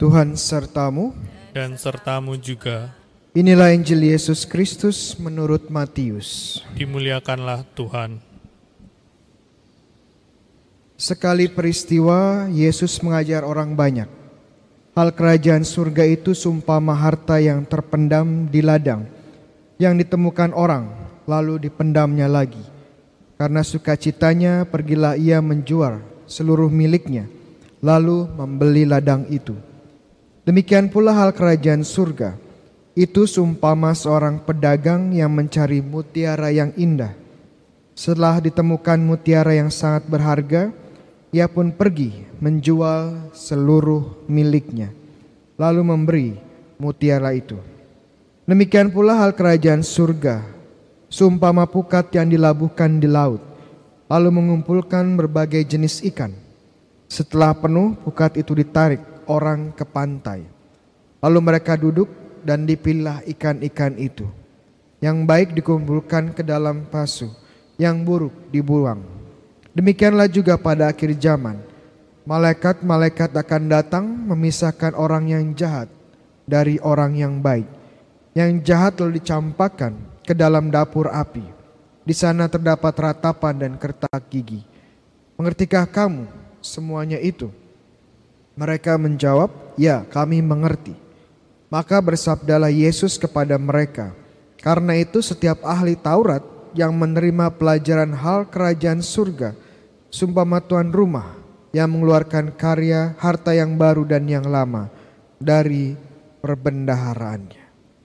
Tuhan sertamu. Dan sertamu juga. Inilah Injil Yesus Kristus menurut Matius. Dimuliakanlah Tuhan. Sekali peristiwa, Yesus mengajar orang banyak. Hal kerajaan surga itu seumpama harta yang terpendam di ladang, yang ditemukan orang, lalu dipendamnya lagi. Karena sukacitanya, pergilah ia menjual seluruh miliknya, lalu membeli ladang itu. Demikian pula hal kerajaan surga. Itu seumpama seorang pedagang yang mencari mutiara yang indah. Setelah ditemukan mutiara yang sangat berharga, ia pun pergi menjual seluruh miliknya, lalu memberi mutiara itu. Demikian pula hal kerajaan surga, seumpama pukat yang dilabuhkan di laut, lalu mengumpulkan berbagai jenis ikan. Setelah penuh, pukat itu ditarik orang ke pantai. Lalu mereka duduk dan dipilih ikan-ikan itu. Yang baik dikumpulkan ke dalam pasu, yang buruk dibuang. Demikianlah juga pada akhir zaman. Malaikat-malaikat akan datang memisahkan orang yang jahat dari orang yang baik. Yang jahat lalu dicampakkan ke dalam dapur api. Di sana terdapat ratapan dan kertak gigi. Mengertikah kamu semuanya itu? Mereka menjawab, ya, kami mengerti. Maka bersabdalah Yesus kepada mereka, karena itu setiap ahli Taurat yang menerima pelajaran hal kerajaan surga, seumpama tuan rumah yang mengeluarkan karya harta yang baru dan yang lama dari perbendaharaannya.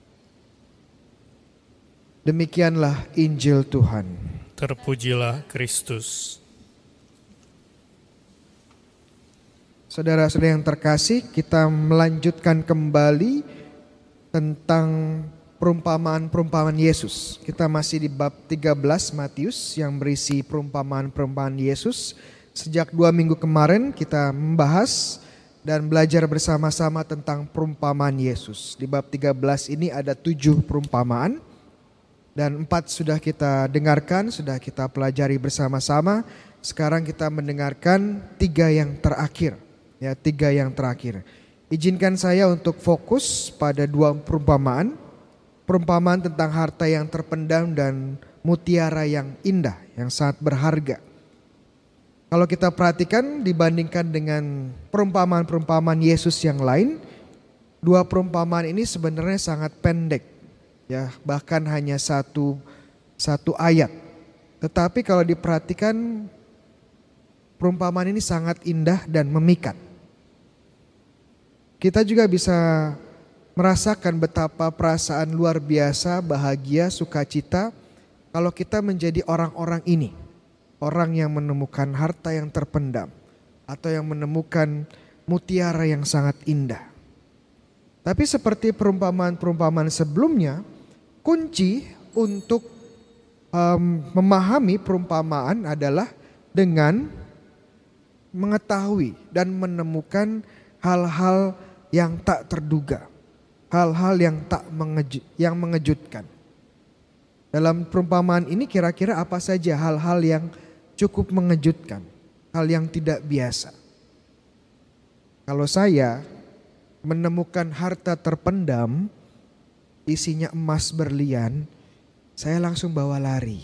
Demikianlah Injil Tuhan. Terpujilah Kristus. Saudara-saudara yang terkasih, kita melanjutkan kembali tentang perumpamaan-perumpamaan Yesus. Kita masih di bab 13 Matius yang berisi perumpamaan-perumpamaan Yesus. Sejak 2 minggu kemarin kita membahas dan belajar bersama-sama tentang perumpamaan Yesus. Di bab 13 ini ada 7 perumpamaan dan 4 sudah kita dengarkan, sudah kita pelajari bersama-sama. Sekarang kita mendengarkan 3 yang terakhir. Ya, 3 yang terakhir. Izinkan saya untuk fokus pada 2 perumpamaan. Perumpamaan tentang harta yang terpendam dan mutiara yang indah, yang sangat berharga. Kalau kita perhatikan dibandingkan dengan perumpamaan-perumpamaan Yesus yang lain, 2 perumpamaan ini sebenarnya sangat pendek. Ya, bahkan hanya satu ayat. Tetapi kalau diperhatikan perumpamaan ini sangat indah dan memikat. Kita juga bisa merasakan betapa perasaan luar biasa, bahagia, sukacita kalau kita menjadi orang-orang ini. Orang yang menemukan harta yang terpendam atau yang menemukan mutiara yang sangat indah. Tapi seperti perumpamaan-perumpamaan sebelumnya, kunci untuk memahami perumpamaan adalah dengan mengetahui dan menemukan hal-hal yang tak terduga, hal-hal yang mengejutkan. Dalam perumpamaan ini kira-kira apa saja hal-hal yang cukup mengejutkan, hal yang tidak biasa. Kalau saya menemukan harta terpendam, isinya emas berlian, saya langsung bawa lari.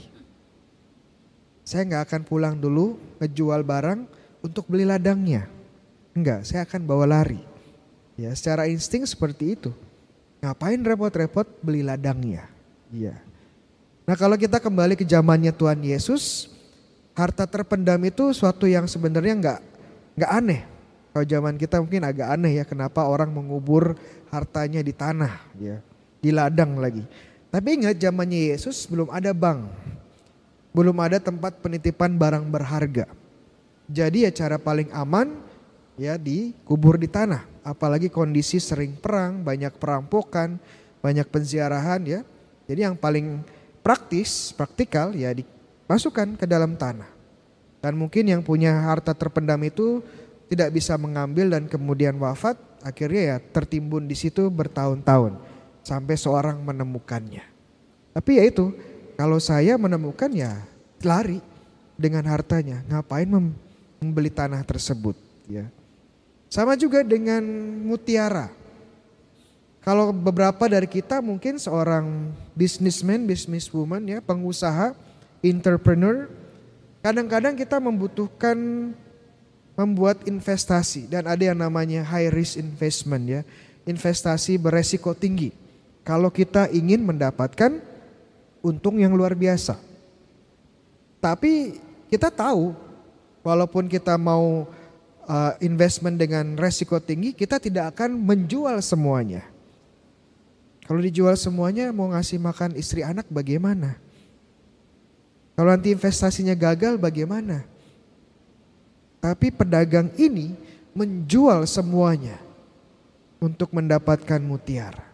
Saya gak akan pulang dulu ngejual barang untuk beli ladangnya. Enggak, saya akan bawa lari. Ya, secara insting seperti itu. Ngapain repot-repot beli ladangnya? Iya. Nah, kalau kita kembali ke zamannya Tuhan Yesus, harta terpendam itu suatu yang sebenarnya enggak aneh. Kalau zaman kita mungkin agak aneh ya, kenapa orang mengubur hartanya di tanah, ya, di ladang lagi. Tapi ingat zamannya Yesus belum ada bank, belum ada tempat penitipan barang berharga. Jadi ya cara paling aman ya dikubur di tanah. Apalagi kondisi sering perang, banyak perampokan, banyak penziarahan ya. Jadi yang paling praktikal ya dimasukkan ke dalam tanah. Dan mungkin yang punya harta terpendam itu tidak bisa mengambil dan kemudian wafat, akhirnya ya tertimbun di situ bertahun-tahun sampai seorang menemukannya. Tapi ya itu, kalau saya menemukan ya lari dengan hartanya, ngapain membeli tanah tersebut ya. Sama juga dengan mutiara. Kalau beberapa dari kita mungkin seorang businessman, businesswoman ya, pengusaha, entrepreneur, kadang-kadang kita membutuhkan membuat investasi dan ada yang namanya high risk investment ya, investasi beresiko tinggi. Kalau kita ingin mendapatkan untung yang luar biasa. Tapi kita tahu walaupun kita mau investment dengan resiko tinggi, kita tidak akan menjual semuanya. Kalau dijual semuanya mau ngasih makan istri anak bagaimana? Kalau nanti investasinya gagal bagaimana? Tapi pedagang ini menjual semuanya untuk mendapatkan mutiara.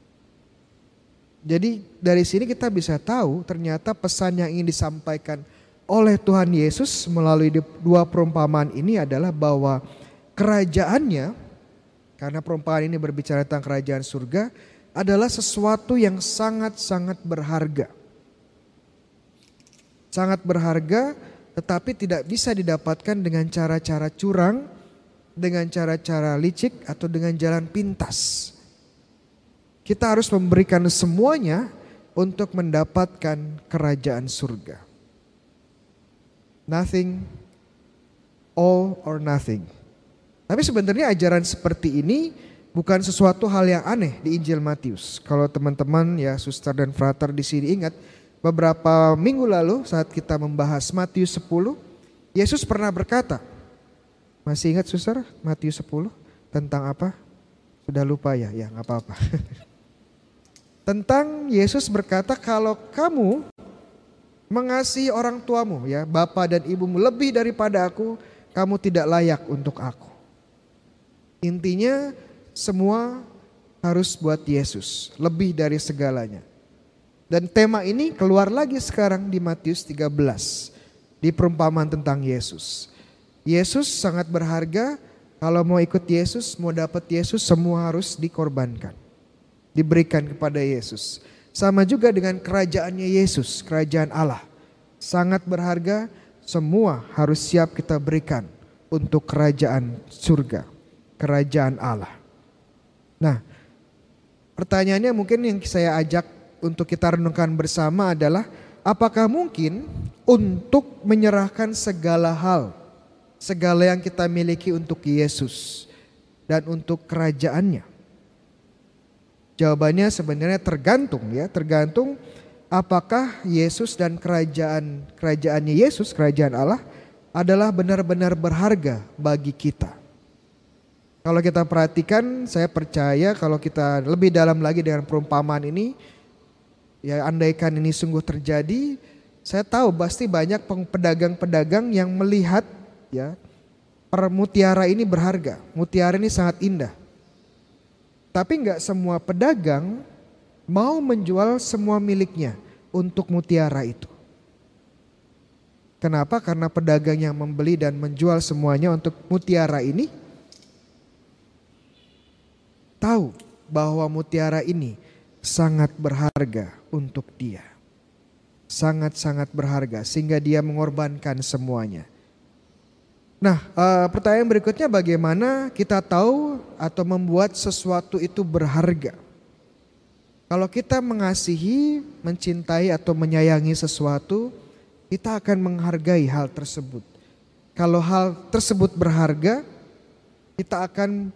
Jadi dari sini kita bisa tahu ternyata pesan yang ingin disampaikan oleh Tuhan Yesus melalui dua perumpamaan ini adalah bahwa kerajaannya, karena perumpamaan ini berbicara tentang kerajaan surga, adalah sesuatu yang sangat-sangat berharga. Sangat berharga, tetapi tidak bisa didapatkan dengan cara-cara curang, dengan cara-cara licik atau dengan jalan pintas. Kita harus memberikan semuanya untuk mendapatkan kerajaan surga. Nothing, all or nothing. Tapi sebenarnya ajaran seperti ini bukan sesuatu hal yang aneh di Injil Matius. Kalau teman-teman ya suster dan frater di sini ingat, beberapa minggu lalu saat kita membahas Matius 10, Yesus pernah berkata, masih ingat suster Matius 10 tentang apa? Sudah lupa ya? Ya nggak apa-apa. Tentang Yesus berkata kalau kamu mengasihi orang tuamu ya, bapa dan ibumu lebih daripada aku, kamu tidak layak untuk aku. Intinya semua harus buat Yesus, lebih dari segalanya. Dan tema ini keluar lagi sekarang di Matius 13, di perumpamaan tentang Yesus. Yesus sangat berharga, kalau mau ikut Yesus, mau dapat Yesus, semua harus dikorbankan. Diberikan kepada Yesus. Sama juga dengan kerajaannya Yesus, kerajaan Allah. Sangat berharga, semua harus siap kita berikan untuk kerajaan surga, kerajaan Allah. Nah, pertanyaannya mungkin yang saya ajak untuk kita renungkan bersama adalah apakah mungkin untuk menyerahkan segala hal, segala yang kita miliki untuk Yesus dan untuk kerajaannya? Jawabannya sebenarnya tergantung ya, tergantung apakah Yesus dan kerajaannya Yesus, kerajaan Allah adalah benar-benar berharga bagi kita. Kalau kita perhatikan, saya percaya kalau kita lebih dalam lagi dengan perumpamaan ini, ya andaikan ini sungguh terjadi, saya tahu pasti banyak pedagang-pedagang yang melihat ya mutiara ini berharga, mutiara ini sangat indah. Tapi enggak semua pedagang mau menjual semua miliknya untuk mutiara itu. Kenapa? Karena pedagang yang membeli dan menjual semuanya untuk mutiara ini tahu bahwa mutiara ini sangat berharga untuk dia. Sangat-sangat berharga sehingga dia mengorbankan semuanya. Nah, pertanyaan berikutnya bagaimana kita tahu atau membuat sesuatu itu berharga? Kalau kita mengasihi, mencintai atau menyayangi sesuatu, kita akan menghargai hal tersebut. Kalau hal tersebut berharga, kita akan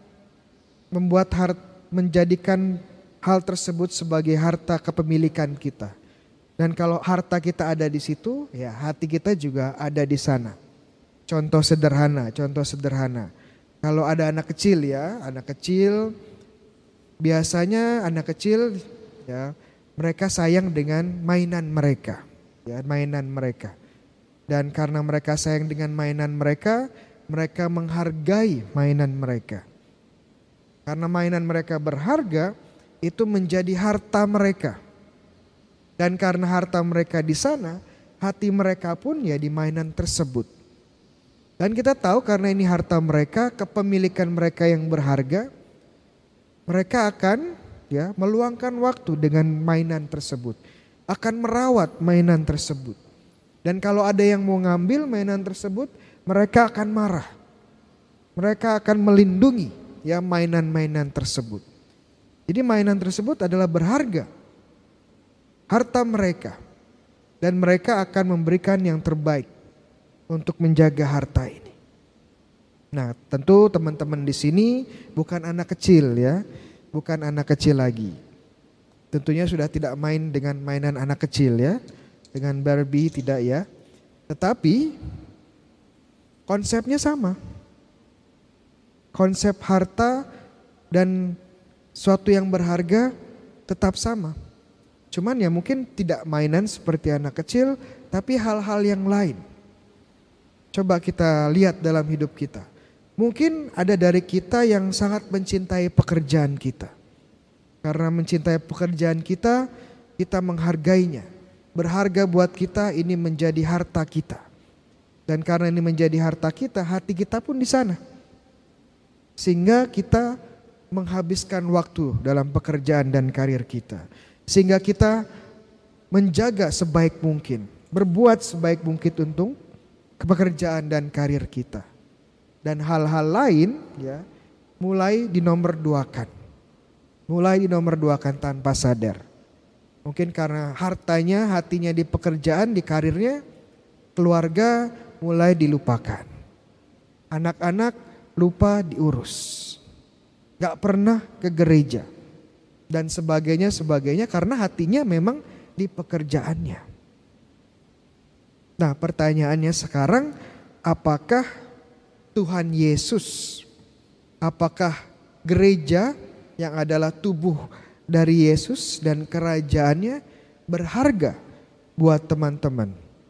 menjadikan hal tersebut sebagai harta kepemilikan kita. Dan kalau harta kita ada di situ, ya hati kita juga ada di sana. Contoh sederhana. Kalau ada anak kecil ya, biasanya anak kecil ya mereka sayang dengan mainan mereka, ya mainan mereka. Dan karena mereka sayang dengan mainan mereka, mereka menghargai mainan mereka. Karena mainan mereka berharga, itu menjadi harta mereka. Dan karena harta mereka di sana, hati mereka pun ya di mainan tersebut. Dan kita tahu karena ini harta mereka, kepemilikan mereka yang berharga, mereka akan ya meluangkan waktu dengan mainan tersebut, akan merawat mainan tersebut. Dan kalau ada yang mau ngambil mainan tersebut, mereka akan marah. Mereka akan melindungi ya mainan-mainan tersebut. Jadi mainan tersebut adalah berharga. Harta mereka. Dan mereka akan memberikan yang terbaik untuk menjaga harta ini. Nah, tentu teman-teman di sini bukan anak kecil ya. Bukan anak kecil lagi. Tentunya sudah tidak main dengan mainan anak kecil ya. Dengan Barbie tidak ya. Tetapi konsepnya sama. Konsep harta dan suatu yang berharga tetap sama. Cuman ya mungkin tidak mainan seperti anak kecil, tapi hal-hal yang lain. Coba kita lihat dalam hidup kita. Mungkin ada dari kita yang sangat mencintai pekerjaan kita. Karena mencintai pekerjaan kita, kita menghargainya. Berharga buat kita, ini menjadi harta kita. Dan karena ini menjadi harta kita, hati kita pun di sana. Sehingga kita menghabiskan waktu dalam pekerjaan dan karir kita. Sehingga kita menjaga sebaik mungkin, berbuat sebaik mungkin untuk pekerjaan dan karir kita. Dan hal-hal lain ya mulai dinomorduakan. Mulai dinomorduakan tanpa sadar. Mungkin karena hartanya, hatinya di pekerjaan, di karirnya, keluarga mulai dilupakan. Anak-anak lupa diurus. Gak pernah ke gereja. Dan sebagainya karena hatinya memang di pekerjaannya. Nah, pertanyaannya sekarang, apakah Tuhan Yesus, apakah gereja yang adalah tubuh dari Yesus dan kerajaannya berharga buat teman-teman?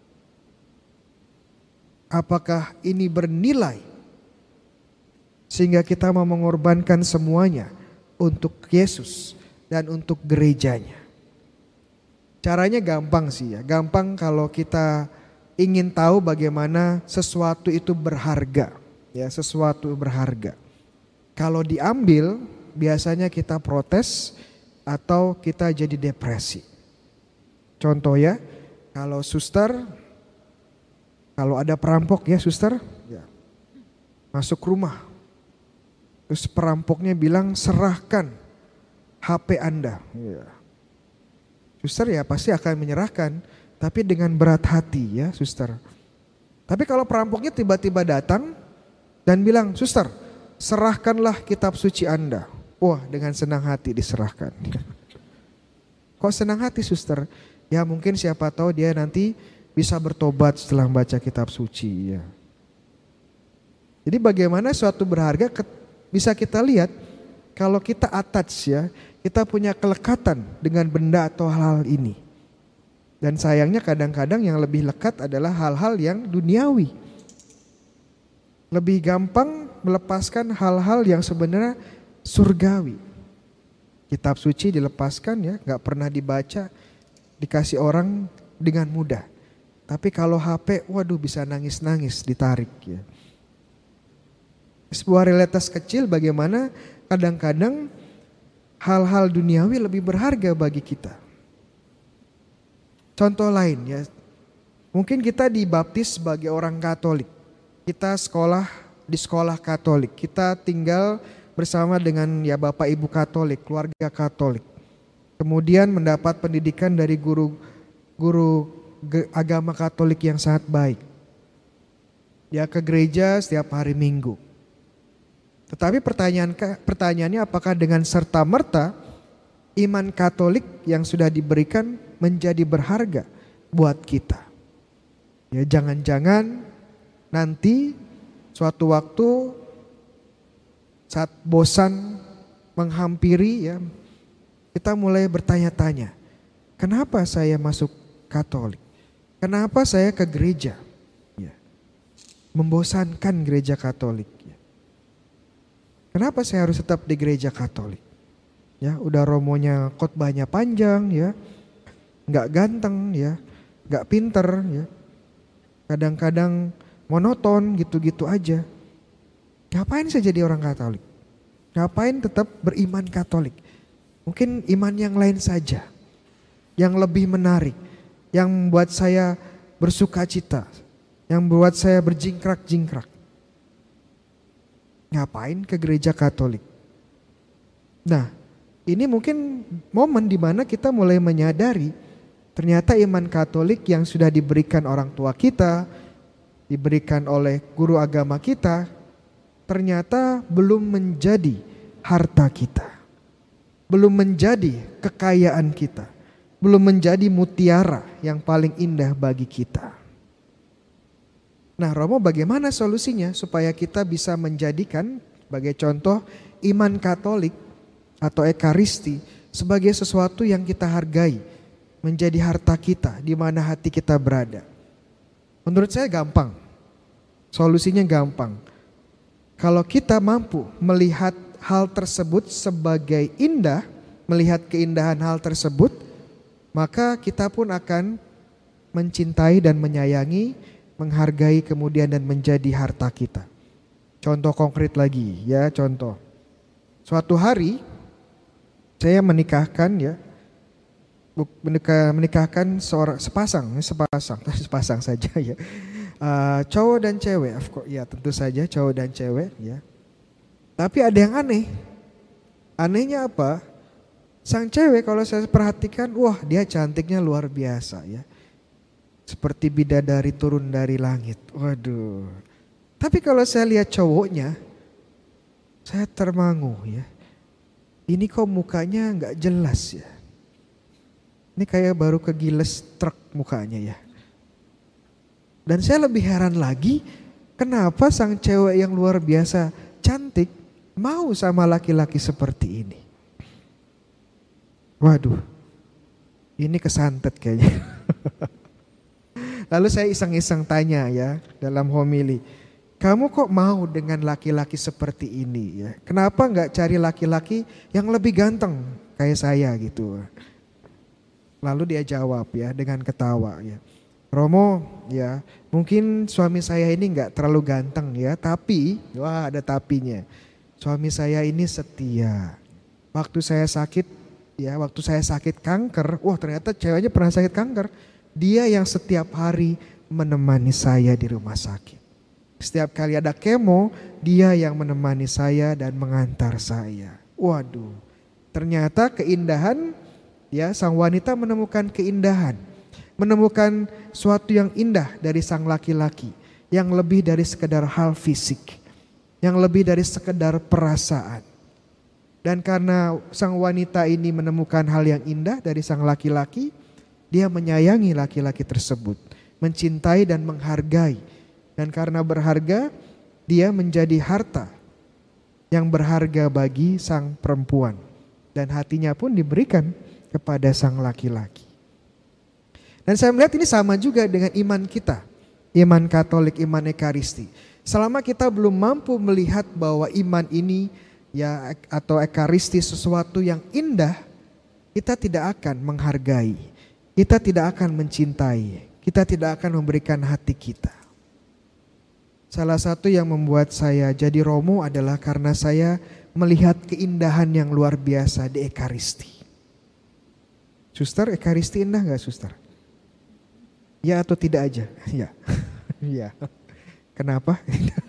Apakah ini bernilai sehingga kita mau mengorbankan semuanya untuk Yesus dan untuk gerejanya? Caranya gampang sih ya. Gampang kalau kita ingin tahu bagaimana sesuatu itu berharga. Ya, sesuatu berharga. Kalau diambil biasanya kita protes atau kita jadi depresi. Contoh ya, kalau suster, kalau ada perampok ya suster, ya, masuk rumah. Terus perampoknya bilang serahkan HP Anda. Ya. Suster ya pasti akan menyerahkan, tapi dengan berat hati ya suster. Tapi kalau perampoknya tiba-tiba datang dan bilang, suster serahkanlah kitab suci Anda. Wah, dengan senang hati diserahkan. Kok senang hati suster? Ya mungkin siapa tahu dia nanti bisa bertobat setelah membaca kitab suci ya. Jadi bagaimana suatu berharga bisa kita lihat kalau kita attach ya, kita punya kelekatan dengan benda atau hal-hal ini. Dan sayangnya kadang-kadang yang lebih lekat adalah hal-hal yang duniawi. Lebih gampang melepaskan hal-hal yang sebenarnya surgawi. Kitab suci dilepaskan ya, gak pernah dibaca, dikasih orang dengan mudah. Tapi kalau HP, waduh bisa nangis-nangis ditarik ya. Sebuah realitas kecil bagaimana kadang-kadang hal-hal duniawi lebih berharga bagi kita. Contoh lain ya, mungkin kita dibaptis sebagai orang Katolik. Kita sekolah di sekolah Katolik, kita tinggal bersama dengan ya Bapak Ibu Katolik, keluarga Katolik. Kemudian mendapat pendidikan dari guru agama Katolik yang sangat baik. Ya ke gereja setiap hari Minggu. Tetapi pertanyaannya apakah dengan serta-merta iman Katolik yang sudah diberikan menjadi berharga buat kita? Ya jangan-jangan nanti suatu waktu saat bosan menghampiri ya, kita mulai bertanya-tanya, kenapa saya masuk Katolik? Kenapa saya ke gereja? Ya. Membosankan gereja Katolik. Ya. Kenapa saya harus tetap di gereja Katolik? Ya, udah romonya khotbahnya panjang ya, nggak ganteng ya, nggak pinter ya, kadang-kadang monoton gitu-gitu aja. Ngapain saya jadi orang Katolik? Ngapain tetap beriman Katolik? Mungkin iman yang lain saja, yang lebih menarik, yang membuat saya bersuka cita, yang membuat saya berjingkrak-jingkrak. Ngapain ke gereja Katolik? Nah, ini mungkin momen di mana kita mulai menyadari ternyata iman Katolik yang sudah diberikan orang tua kita, diberikan oleh guru agama kita, ternyata belum menjadi harta kita, belum menjadi kekayaan kita, belum menjadi mutiara yang paling indah bagi kita. Nah, Romo, bagaimana solusinya supaya kita bisa menjadikan sebagai contoh iman Katolik atau Ekaristi sebagai sesuatu yang kita hargai, menjadi harta kita di mana hati kita berada? Menurut saya gampang. Solusinya gampang. Kalau kita mampu melihat hal tersebut sebagai indah, melihat keindahan hal tersebut, maka kita pun akan mencintai dan menyayangi, menghargai kemudian dan menjadi harta kita. Contoh konkret lagi ya, contoh. Suatu hari saya menikahkan sepasang saja ya. Cowok dan cewek, ya tentu saja cowok dan cewek ya. Tapi ada yang aneh. Anehnya apa? Sang cewek kalau saya perhatikan, wah dia cantiknya luar biasa ya. Seperti bidadari turun dari langit. Waduh. Tapi kalau saya lihat cowoknya, saya termangu ya. Ini kok mukanya nggak jelas ya. Ini kayak baru kegiles truk mukanya ya. Dan saya lebih heran lagi, kenapa sang cewek yang luar biasa cantik mau sama laki-laki seperti ini. Waduh, ini kesantet kayaknya. Lalu saya iseng-iseng tanya ya dalam homili, kamu kok mau dengan laki-laki seperti ini ya? Kenapa nggak cari laki-laki yang lebih ganteng kayak saya gitu? Lalu dia jawab ya dengan ketawa ya, Romo ya mungkin suami saya ini nggak terlalu ganteng ya, tapi wah ada tapinya. Suami saya ini setia. Waktu saya sakit kanker, wah ternyata ceweknya pernah sakit kanker. Dia yang setiap hari menemani saya di rumah sakit. Setiap kali ada kemo, dia yang menemani saya dan mengantar saya. Waduh, ternyata keindahan ya, sang wanita menemukan keindahan. Menemukan suatu yang indah dari sang laki-laki. Yang lebih dari sekedar hal fisik. Yang lebih dari sekedar perasaan. Dan karena sang wanita ini menemukan hal yang indah dari sang laki-laki, dia menyayangi laki-laki tersebut, mencintai dan menghargai. Dan karena berharga, dia menjadi harta yang berharga bagi sang perempuan. Dan hatinya pun diberikan kepada sang laki-laki. Dan saya melihat ini sama juga dengan iman kita. Iman Katolik, iman Ekaristi. Selama kita belum mampu melihat bahwa iman ini ya atau Ekaristi sesuatu yang indah, kita tidak akan menghargai. Kita tidak akan mencintai, kita tidak akan memberikan hati kita. Salah satu yang membuat saya jadi Romo adalah karena saya melihat keindahan yang luar biasa di Ekaristi. Suster, Ekaristi indah gak suster? Ya atau tidak aja? Ya. Ya. Kenapa?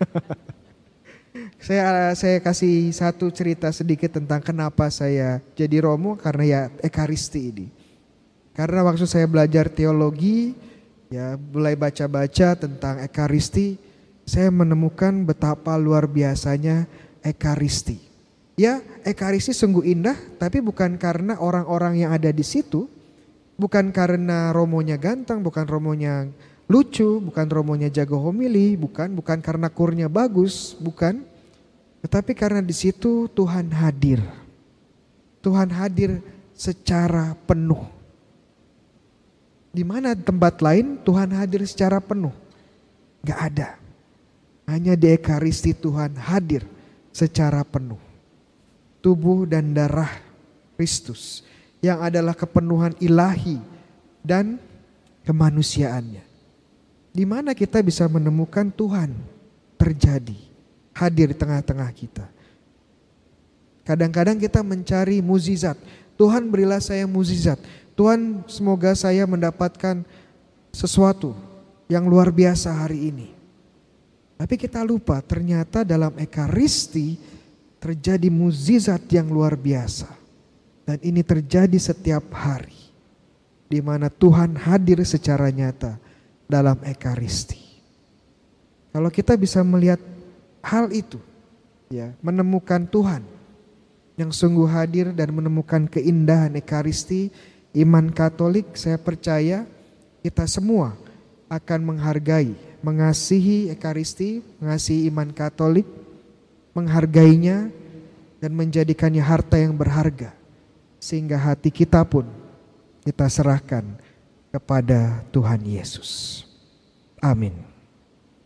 Saya kasih satu cerita sedikit tentang kenapa saya jadi Romo, karena ya Ekaristi ini. Karena waktu saya belajar teologi, ya mulai baca-baca tentang Ekaristi, saya menemukan betapa luar biasanya Ekaristi. Ya, Ekaristi sungguh indah, tapi bukan karena orang-orang yang ada di situ, bukan karena romonya ganteng, bukan romonya lucu, bukan romonya jago homili, bukan karena kurnya bagus, bukan. Tetapi karena di situ Tuhan hadir. Tuhan hadir secara penuh. Di mana tempat lain Tuhan hadir secara penuh? Gak ada. Hanya di Ekaristi Tuhan hadir secara penuh. Tubuh dan darah Kristus yang adalah kepenuhan ilahi dan kemanusiaannya. Di mana kita bisa menemukan Tuhan terjadi, hadir di tengah-tengah kita. Kadang-kadang kita mencari mukjizat. Tuhan berilah saya mukjizat. Tuhan semoga saya mendapatkan sesuatu yang luar biasa hari ini. Tapi kita lupa ternyata dalam Ekaristi terjadi mukjizat yang luar biasa. Dan ini terjadi setiap hari, di mana Tuhan hadir secara nyata dalam Ekaristi. Kalau kita bisa melihat hal itu, ya, menemukan Tuhan yang sungguh hadir dan menemukan keindahan Ekaristi, iman Katolik, saya percaya kita semua akan menghargai, mengasihi Ekaristi, mengasihi iman Katolik, menghargainya dan menjadikannya harta yang berharga, sehingga hati kita pun kita serahkan kepada Tuhan Yesus. Amin.